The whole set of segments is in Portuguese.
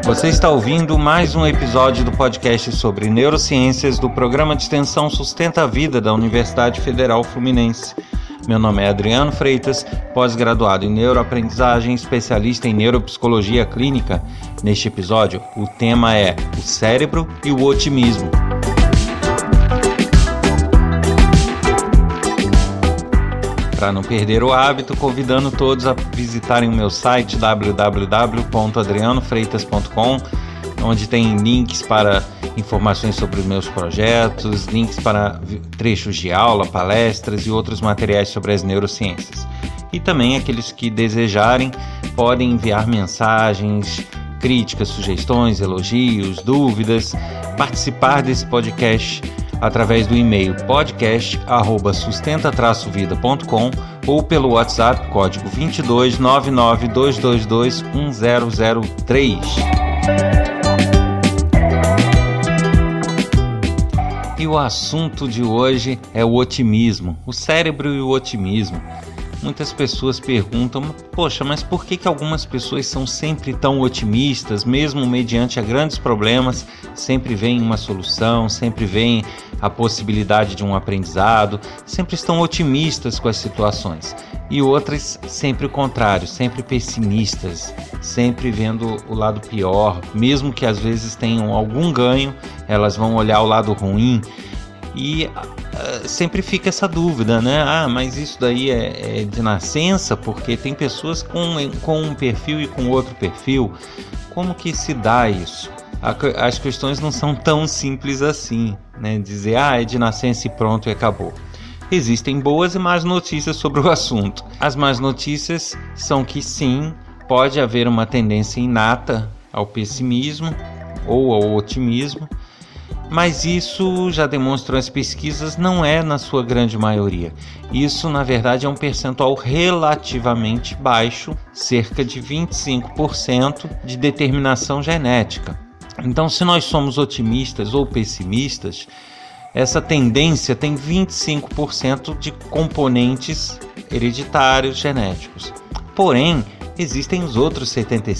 Você está ouvindo mais um episódio do podcast sobre neurociências do programa de extensão Sustenta a Vida da Universidade Federal Fluminense. Meu nome é Adriano Freitas, pós-graduado em neuroaprendizagem, especialista em neuropsicologia clínica. Neste episódio, o tema é o cérebro e o otimismo. Para não perder o hábito, convidando todos a visitarem o meu site www.adrianofreitas.com, onde tem links para informações sobre os meus projetos, links para trechos de aula, palestras e outros materiais sobre as neurociências. E também aqueles que desejarem podem enviar mensagens, críticas, sugestões, elogios, dúvidas, participar desse podcast através do e-mail podcast@sustenta-vida.com ou pelo WhatsApp código 22 99 222 1003. E o assunto de hoje é o otimismo, o cérebro e o otimismo. Muitas pessoas perguntam, poxa, mas por que algumas pessoas são sempre tão otimistas, mesmo mediante a grandes problemas, sempre veem uma solução, sempre veem a possibilidade de um aprendizado, sempre estão otimistas com as situações. E outras sempre o contrário, sempre pessimistas, sempre vendo o lado pior, mesmo que às vezes tenham algum ganho, elas vão olhar o lado ruim. E sempre fica essa dúvida, né? Mas isso daí é de nascença, porque tem pessoas com um perfil e com outro perfil. Como que se dá isso? As questões não são tão simples assim, né? Dizer, é de nascença e pronto e acabou. Existem boas e más notícias sobre o assunto. As más notícias são que sim, pode haver uma tendência inata ao pessimismo ou ao otimismo, mas isso, já demonstram as pesquisas, não é na sua grande maioria. Isso, na verdade, é um percentual relativamente baixo, cerca de 25% de determinação genética. Então, se nós somos otimistas ou pessimistas, essa tendência tem 25% de componentes hereditários genéticos. Porém, existem os outros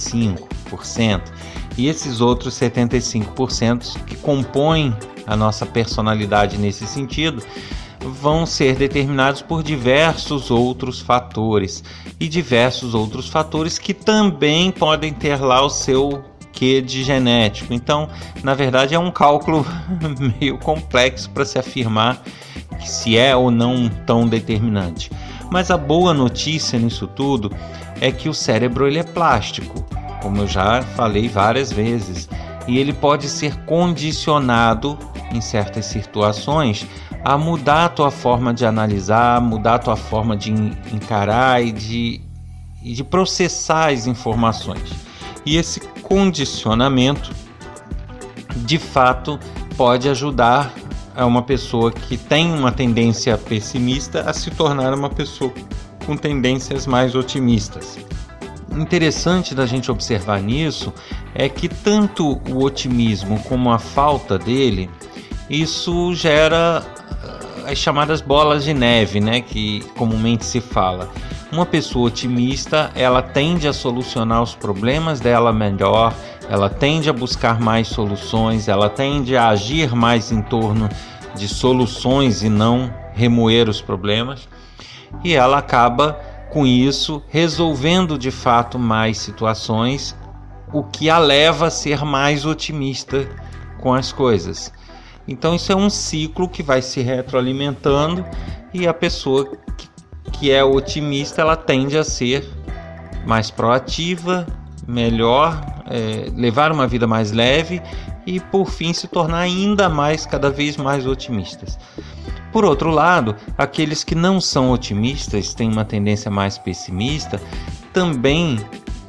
75%. E esses outros 75% que compõem a nossa personalidade nesse sentido vão ser determinados por diversos outros fatores. E diversos outros fatores que também podem ter lá o seu quê de genético. Então, na verdade, é um cálculo meio complexo para se afirmar que se é ou não tão determinante. Mas a boa notícia nisso tudo é que o cérebro ele é plástico, como eu já falei várias vezes, e ele pode ser condicionado em certas situações a mudar a tua forma de analisar, mudar a tua forma de encarar e de processar as informações. E esse condicionamento, de fato, pode ajudar a uma pessoa que tem uma tendência pessimista a se tornar uma pessoa com tendências mais otimistas. Interessante da gente observar nisso é que tanto o otimismo como a falta dele, isso gera as chamadas bolas de neve, né, que comumente se fala. Uma pessoa otimista, ela tende a solucionar os problemas dela melhor, ela tende a buscar mais soluções, ela tende a agir mais em torno de soluções e não remoer os problemas, e ela acaba com isso resolvendo de fato mais situações, o que a leva a ser mais otimista com as coisas. Então isso é um ciclo que vai se retroalimentando, e a pessoa que é otimista, ela tende a ser mais proativa, melhor, levar uma vida mais leve e por fim se tornar cada vez mais otimistas. Por outro lado, aqueles que não são otimistas, têm uma tendência mais pessimista, também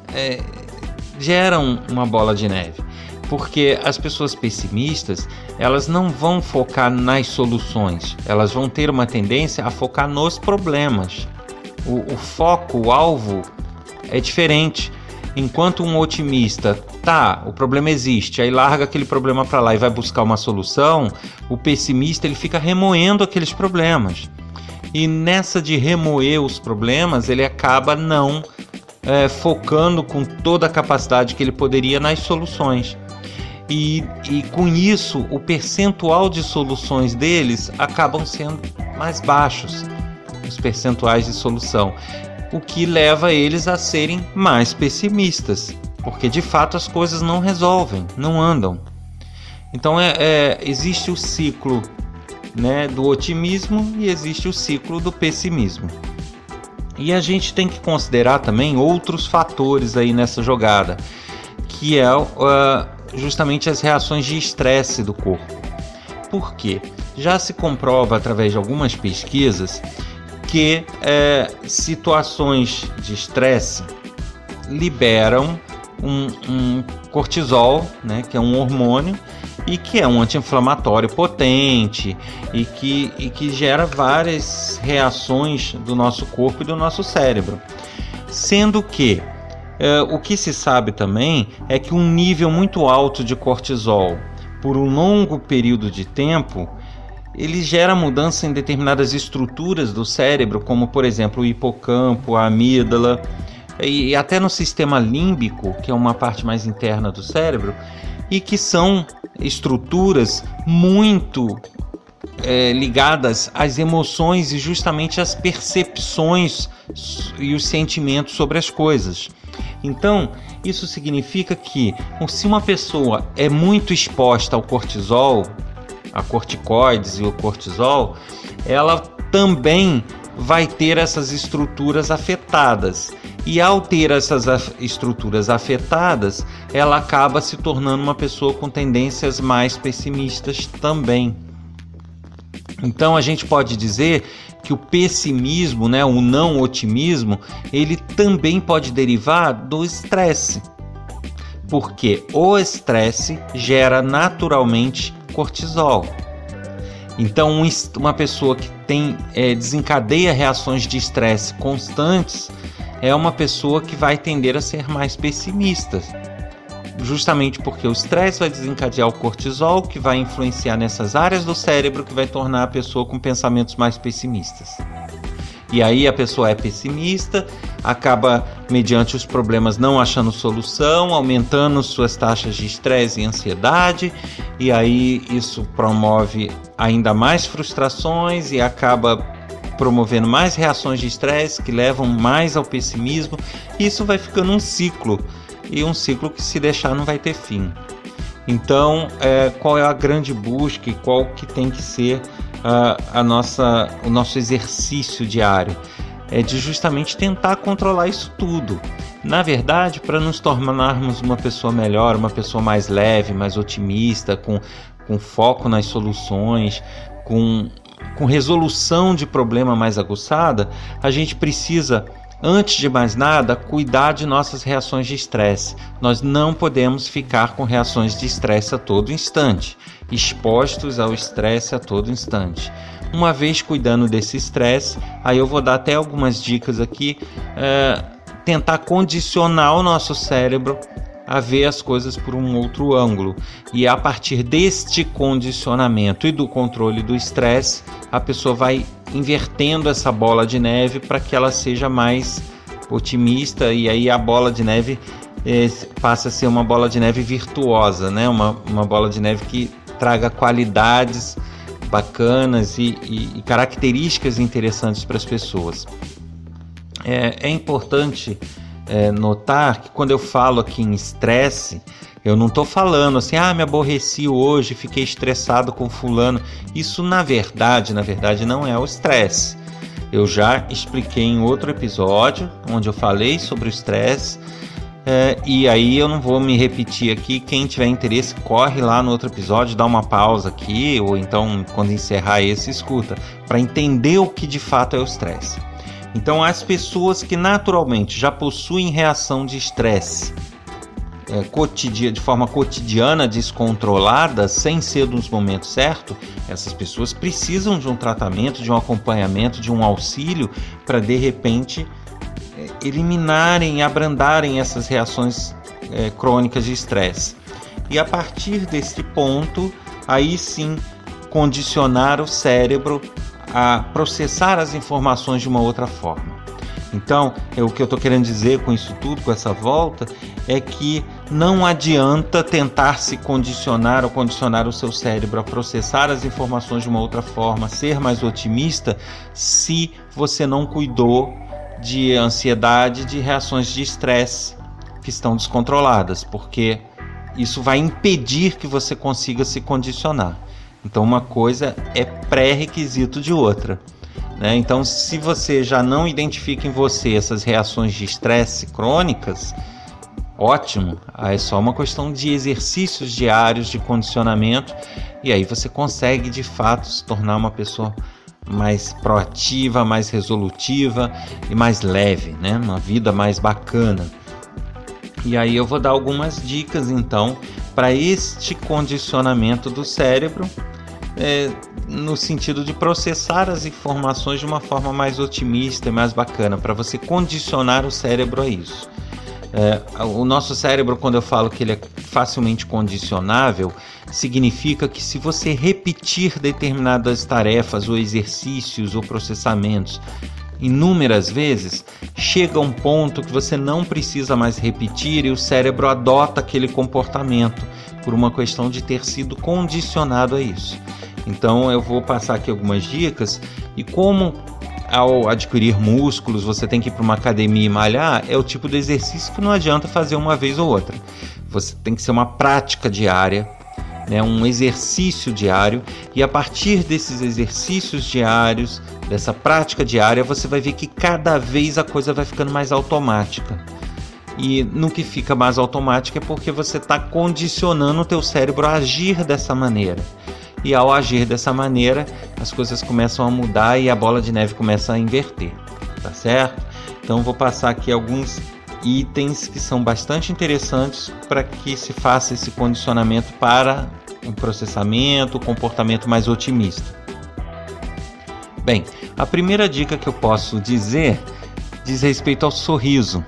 geram uma bola de neve. Porque as pessoas pessimistas, elas não vão focar nas soluções, elas vão ter uma tendência a focar nos problemas. O foco, o alvo é diferente. Enquanto um otimista, o problema existe, aí larga aquele problema para lá e vai buscar uma solução, o pessimista ele fica remoendo aqueles problemas. E nessa de remoer os problemas, ele acaba não focando com toda a capacidade que ele poderia nas soluções. E com isso, o percentual de soluções deles acabam sendo mais baixos, os percentuais de solução, o que leva eles a serem mais pessimistas, porque de fato as coisas não resolvem, não andam. Então existe o ciclo, né, do otimismo e existe o ciclo do pessimismo. E a gente tem que considerar também outros fatores aí nessa jogada, que é justamente as reações de estresse do corpo. Por quê? Já se comprova através de algumas pesquisas que situações de estresse liberam um cortisol, né, que é um hormônio e que é um anti-inflamatório potente e que gera várias reações do nosso corpo e do nosso cérebro. Sendo que o que se sabe também é que um nível muito alto de cortisol por um longo período de tempo, ele gera mudança em determinadas estruturas do cérebro, como por exemplo o hipocampo, a amígdala e até no sistema límbico, que é uma parte mais interna do cérebro, e que são estruturas muito ligadas às emoções e justamente às percepções e os sentimentos sobre as coisas. Então, isso significa que se uma pessoa é muito exposta ao cortisol, a corticoides e o cortisol, ela também vai ter essas estruturas afetadas. E ao ter essas estruturas afetadas, ela acaba se tornando uma pessoa com tendências mais pessimistas também. Então a gente pode dizer que o pessimismo, né, o não otimismo, ele também pode derivar do estresse. Porque o estresse gera naturalmente cortisol. Então uma pessoa que desencadeia reações de estresse constantes é uma pessoa que vai tender a ser mais pessimista, justamente porque o estresse vai desencadear o cortisol, que vai influenciar nessas áreas do cérebro, que vai tornar a pessoa com pensamentos mais pessimistas. E aí a pessoa é pessimista, acaba, mediante os problemas, não achando solução, aumentando suas taxas de estresse e ansiedade, e aí isso promove ainda mais frustrações e acaba promovendo mais reações de estresse que levam mais ao pessimismo. Isso vai ficando um ciclo, e um ciclo que, se deixar, não vai ter fim. Então, qual é a grande busca e qual que tem que ser o nosso exercício diário? É de justamente tentar controlar isso tudo. Na verdade, para nos tornarmos uma pessoa melhor, uma pessoa mais leve, mais otimista, com foco nas soluções, com resolução de problema mais aguçada, a gente precisa, antes de mais nada, cuidar de nossas reações de estresse. Nós não podemos ficar com reações de estresse a todo instante, expostos ao estresse a todo instante. Uma vez cuidando desse estresse, aí eu vou dar até algumas dicas aqui, tentar condicionar o nosso cérebro a ver as coisas por um outro ângulo. E a partir deste condicionamento e do controle do estresse, a pessoa vai invertendo essa bola de neve para que ela seja mais otimista, e aí a bola de neve passa a ser uma bola de neve virtuosa, né? Uma bola de neve que traga qualidades bacanas e características interessantes para as pessoas. É importante notar que quando eu falo aqui em estresse, eu não estou falando assim, me aborreci hoje, fiquei estressado com fulano. Isso na verdade não é o estresse. Eu já expliquei em outro episódio, onde eu falei sobre o estresse, e aí eu não vou me repetir aqui. Quem tiver interesse, corre lá no outro episódio, dá uma pausa aqui, ou então quando encerrar esse, escuta, para entender o que de fato é o estresse. Então, as pessoas que naturalmente já possuem reação de estresse de forma cotidiana, descontrolada, sem ser nos momentos certos, essas pessoas precisam de um tratamento, de um acompanhamento, de um auxílio para, de repente, eliminarem, abrandarem essas reações crônicas de estresse. E a partir desse ponto, aí sim, condicionar o cérebro a processar as informações de uma outra forma. Então, o que eu estou querendo dizer com isso tudo, com essa volta, é que não adianta tentar se condicionar ou condicionar o seu cérebro a processar as informações de uma outra forma, ser mais otimista, se você não cuidou de ansiedade, de reações de estresse que estão descontroladas, porque isso vai impedir que você consiga se condicionar. Então, uma coisa é pré-requisito de outra. Então, se você já não identifica em você essas reações de estresse crônicas, ótimo, é só uma questão de exercícios diários de condicionamento, e aí você consegue de fato se tornar uma pessoa mais proativa, mais resolutiva e mais leve, uma vida mais bacana. E aí eu vou dar algumas dicas então para este condicionamento do cérebro, no sentido de processar as informações de uma forma mais otimista e mais bacana, para você condicionar o cérebro a isso. O nosso cérebro, quando eu falo que ele é facilmente condicionável, significa que se você repetir determinadas tarefas ou exercícios ou processamentos inúmeras vezes, chega um ponto que você não precisa mais repetir e o cérebro adota aquele comportamento por uma questão de ter sido condicionado a isso. Então eu vou passar aqui algumas dicas, e como ao adquirir músculos você tem que ir para uma academia e malhar, é o tipo de exercício que não adianta fazer uma vez ou outra. Você tem que ser uma prática diária, um exercício diário, e a partir desses exercícios diários, dessa prática diária, você vai ver que cada vez a coisa vai ficando mais automática. E no que fica mais automático é porque você está condicionando o teu cérebro a agir dessa maneira. E ao agir dessa maneira, as coisas começam a mudar e a bola de neve começa a inverter, tá certo? Então vou passar aqui alguns itens que são bastante interessantes para que se faça esse condicionamento para um processamento, um comportamento mais otimista. Bem, a primeira dica que eu posso dizer diz respeito ao sorriso.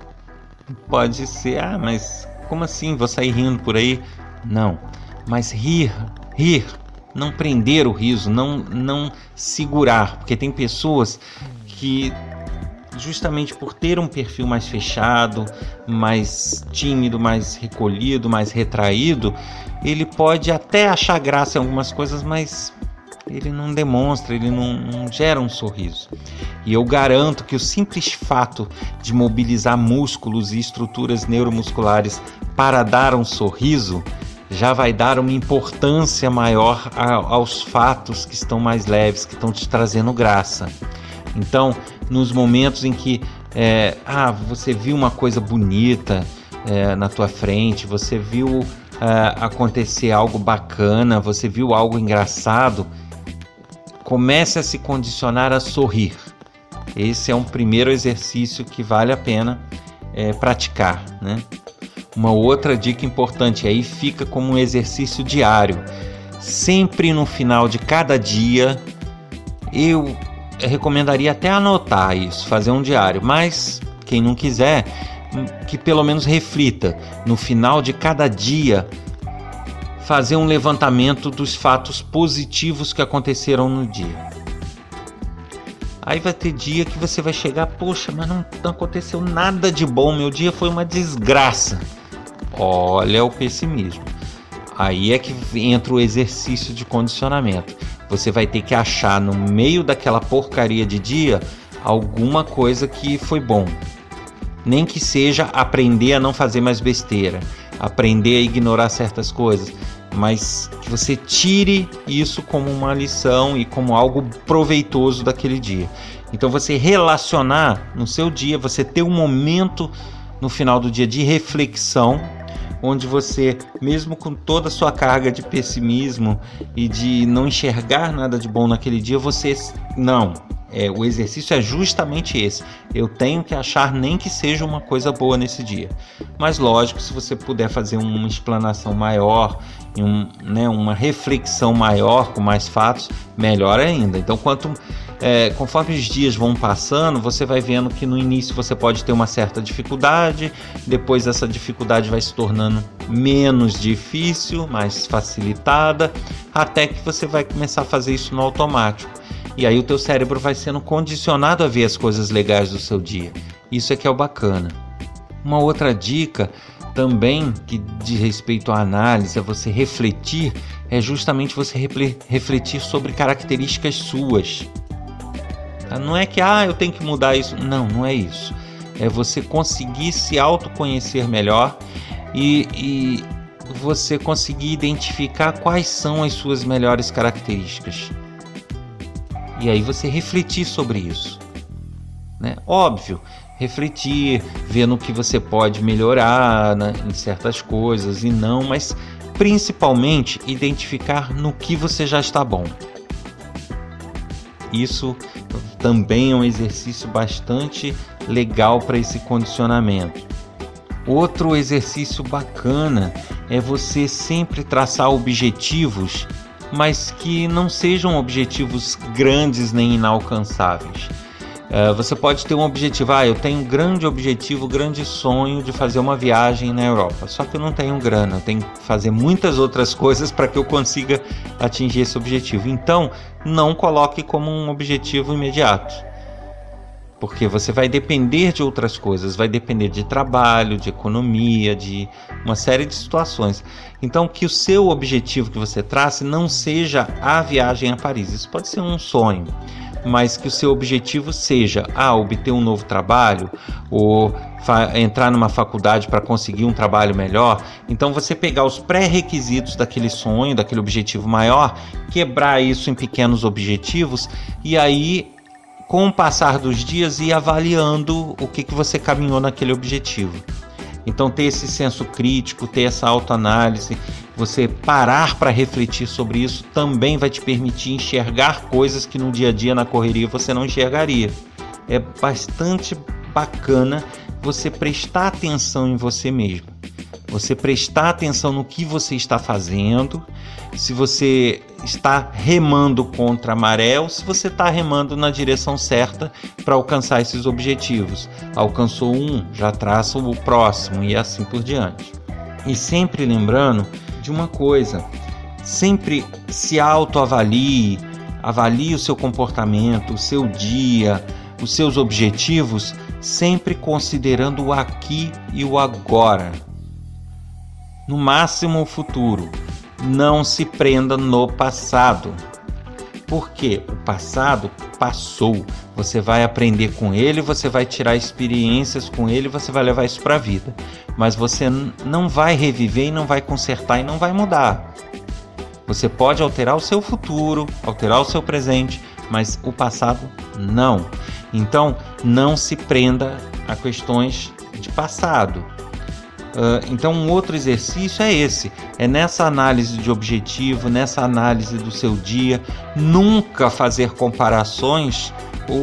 Pode ser, mas como assim? Vou sair rindo por aí? Não, mas rir, não prender o riso, não segurar, porque tem pessoas que, justamente por ter um perfil mais fechado, mais tímido, mais recolhido, mais retraído, ele pode até achar graça em algumas coisas, mas ele não demonstra, ele não gera um sorriso. E eu garanto que o simples fato de mobilizar músculos e estruturas neuromusculares para dar um sorriso já vai dar uma importância maior aos fatos que estão mais leves, que estão te trazendo graça. Então, nos momentos em que você viu uma coisa bonita na tua frente, você viu acontecer algo bacana, você viu algo engraçado, comece a se condicionar a sorrir. Esse é um primeiro exercício que vale a pena praticar, Uma outra dica importante, aí fica como um exercício diário. Sempre no final de cada dia, eu recomendaria até anotar isso, fazer um diário, mas quem não quiser, que pelo menos reflita. No final de cada dia, fazer um levantamento dos fatos positivos que aconteceram no dia. Aí vai ter dia que você vai chegar, poxa, mas não aconteceu nada de bom, meu dia foi uma desgraça. Olha o pessimismo. Aí é que entra o exercício de condicionamento. Você vai ter que achar no meio daquela porcaria de dia alguma coisa que foi bom. Nem que seja aprender a não fazer mais besteira, aprender a ignorar certas coisas, mas que você tire isso como uma lição e como algo proveitoso daquele dia. Então você relacionar no seu dia, você ter um momento no final do dia de reflexão, onde você, mesmo com toda a sua carga de pessimismo e de não enxergar nada de bom naquele dia, o exercício é justamente esse. Eu tenho que achar nem que seja uma coisa boa nesse dia. Mas lógico, se você puder fazer uma explanação maior, uma reflexão maior, com mais fatos, melhor ainda. Então, conforme os dias vão passando, você vai vendo que no início você pode ter uma certa dificuldade, depois essa dificuldade vai se tornando menos difícil, mais facilitada, até que você vai começar a fazer isso no automático. E aí o teu cérebro vai sendo condicionado a ver as coisas legais do seu dia. Isso é que é o bacana. Uma outra dica também que diz respeito à análise, a você refletir, é justamente você refletir sobre características suas. Não é que eu tenho que mudar isso. Não é isso. É você conseguir se autoconhecer melhor e você conseguir identificar quais são as suas melhores características. E aí você refletir sobre isso. Né? Óbvio, refletir, ver no que você pode melhorar, né, em certas coisas e não, mas principalmente identificar no que você já está bom. Isso também é um exercício bastante legal para esse condicionamento. Outro exercício bacana é você sempre traçar objetivos, mas que não sejam objetivos grandes nem inalcançáveis. Você pode ter um objetivo, eu tenho um grande objetivo, grande sonho de fazer uma viagem na Europa, só que eu não tenho grana, eu tenho que fazer muitas outras coisas para que eu consiga atingir esse objetivo. Então, não coloque como um objetivo imediato, porque você vai depender de outras coisas, vai depender de trabalho, de economia, de uma série de situações. Então, que o seu objetivo que você trace não seja a viagem a Paris, isso pode ser um sonho, mas que o seu objetivo seja obter um novo trabalho ou entrar numa faculdade para conseguir um trabalho melhor. Então você pegar os pré-requisitos daquele sonho, daquele objetivo maior, quebrar isso em pequenos objetivos e aí, com o passar dos dias, ir avaliando o que você caminhou naquele objetivo. Então ter esse senso crítico, ter essa autoanálise, você parar para refletir sobre isso também vai te permitir enxergar coisas que no dia a dia, na correria, você não enxergaria. É bastante bacana você prestar atenção em você mesmo. Você prestar atenção no que você está fazendo, se você está remando contra a maré ou se você está remando na direção certa para alcançar esses objetivos. Alcançou um, já traça o próximo e assim por diante. E sempre lembrando de uma coisa, sempre se autoavalie, avalie o seu comportamento, o seu dia, os seus objetivos, sempre considerando o aqui e o agora. No máximo o futuro. Não se prenda no passado. Porque o passado passou. Você vai aprender com ele, você vai tirar experiências com ele, você vai levar isso para a vida. Mas você não vai reviver e não vai consertar e não vai mudar. Você pode alterar o seu futuro, alterar o seu presente, mas o passado não. Então, não se prenda a questões de passado. Então um outro exercício é esse, é nessa análise de objetivo, nessa análise do seu dia, nunca fazer comparações ou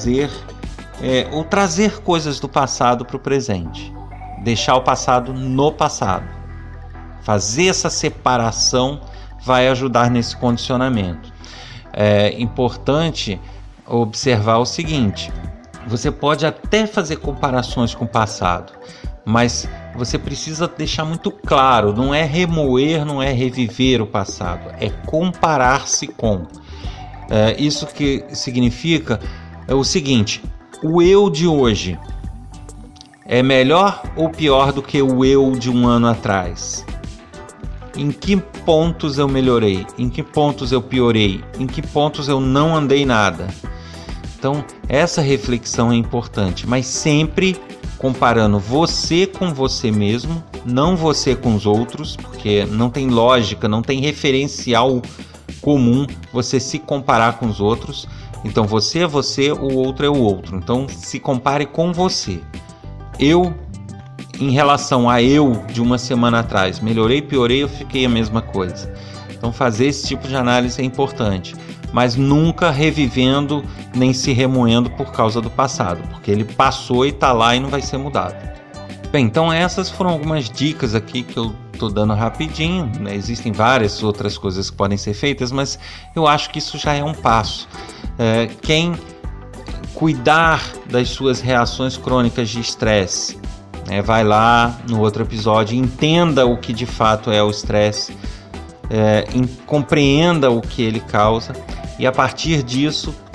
trazer coisas do passado para o presente, deixar o passado no passado. Fazer essa separação vai ajudar nesse condicionamento. É importante observar o seguinte, você pode até fazer comparações com o passado, mas você precisa deixar muito claro, não é remoer, não é reviver o passado, é comparar-se com. Isso que significa o seguinte, o eu de hoje é melhor ou pior do que o eu de um ano atrás? Em que pontos eu melhorei? Em que pontos eu piorei? Em que pontos eu não andei nada? Então, essa reflexão é importante, mas sempre comparando você com você mesmo, não você com os outros, porque não tem lógica, não tem referencial comum você se comparar com os outros. Então você é você, o outro é o outro. Então se compare com você. Eu, em relação a eu de uma semana atrás, melhorei, piorei, eu fiquei a mesma coisa. Então fazer esse tipo de análise é importante, mas nunca revivendo nem se remoendo por causa do passado, porque ele passou e está lá e não vai ser mudado. Bem, então essas foram algumas dicas aqui que eu estou dando rapidinho, né? Existem várias outras coisas que podem ser feitas, mas eu acho que isso já é um passo. Quem cuidar das suas reações crônicas de estresse, vai lá no outro episódio, entenda o que de fato é o estresse, compreenda o que ele causa e a partir disso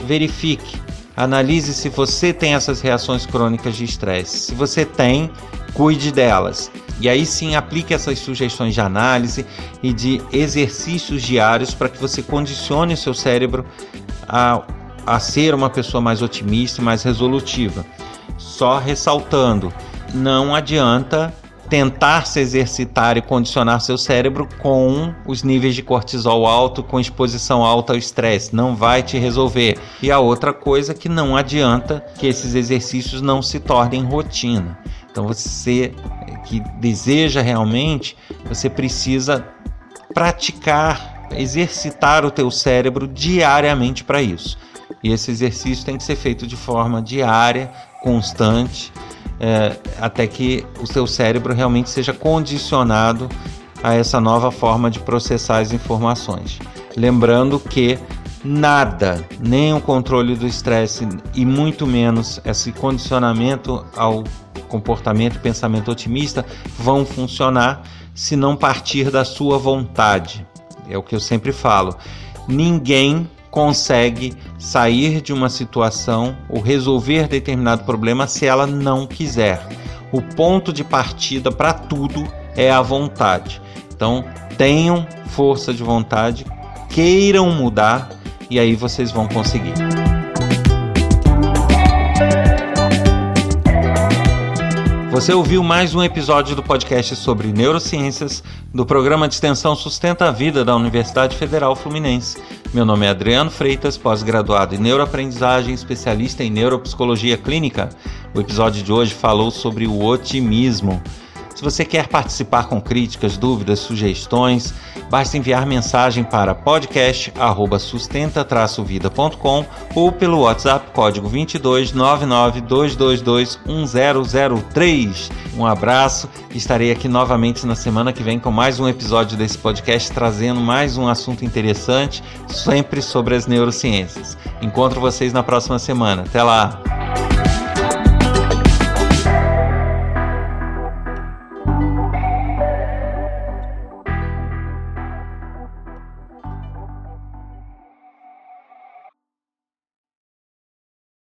verifique, analise se você tem essas reações crônicas de estresse. Se você tem, cuide delas. E aí sim, aplique essas sugestões de análise e de exercícios diários para que você condicione o seu cérebro a ser uma pessoa mais otimista e mais resolutiva. Só ressaltando, não adianta tentar se exercitar e condicionar seu cérebro com os níveis de cortisol alto, com exposição alta ao estresse. Não vai te resolver. E a outra coisa é que não adianta que esses exercícios não se tornem rotina. Então você que deseja realmente, você precisa praticar, exercitar o teu cérebro diariamente para isso. E esse exercício tem que ser feito de forma diária, constante, até que o seu cérebro realmente seja condicionado a essa nova forma de processar as informações. Lembrando que nada, nem o controle do estresse e muito menos esse condicionamento ao comportamento e pensamento otimista vão funcionar se não partir da sua vontade. É o que eu sempre falo. Ninguém consegue sair de uma situação ou resolver determinado problema se ela não quiser. O ponto de partida para tudo é a vontade. Então, tenham força de vontade, queiram mudar e aí vocês vão conseguir. Você ouviu mais um episódio do podcast sobre neurociências do programa de extensão Sustenta a Vida da Universidade Federal Fluminense. Meu nome é Adriano Freitas, pós-graduado em neuroaprendizagem, especialista em neuropsicologia clínica. O episódio de hoje falou sobre o otimismo. Se você quer participar com críticas, dúvidas, sugestões, basta enviar mensagem para podcast@sustenta-vida.com ou pelo WhatsApp código 22 99 222 1003. Um abraço, estarei aqui novamente na semana que vem com mais um episódio desse podcast, trazendo mais um assunto interessante, sempre sobre as neurociências. Encontro vocês na próxima semana. Até lá!